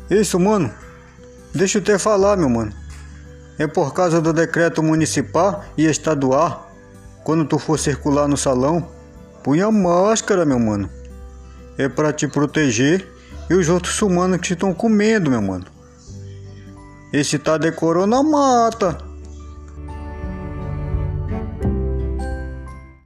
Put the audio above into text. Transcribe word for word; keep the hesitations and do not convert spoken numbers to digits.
Isso, mano. Deixa eu te falar, meu mano. É por causa do decreto municipal e estadual. Quando tu for circular no salão, punha máscara, meu mano. É pra te proteger e os outros humanos que estão comendo, meu mano. Esse tá de corona mata.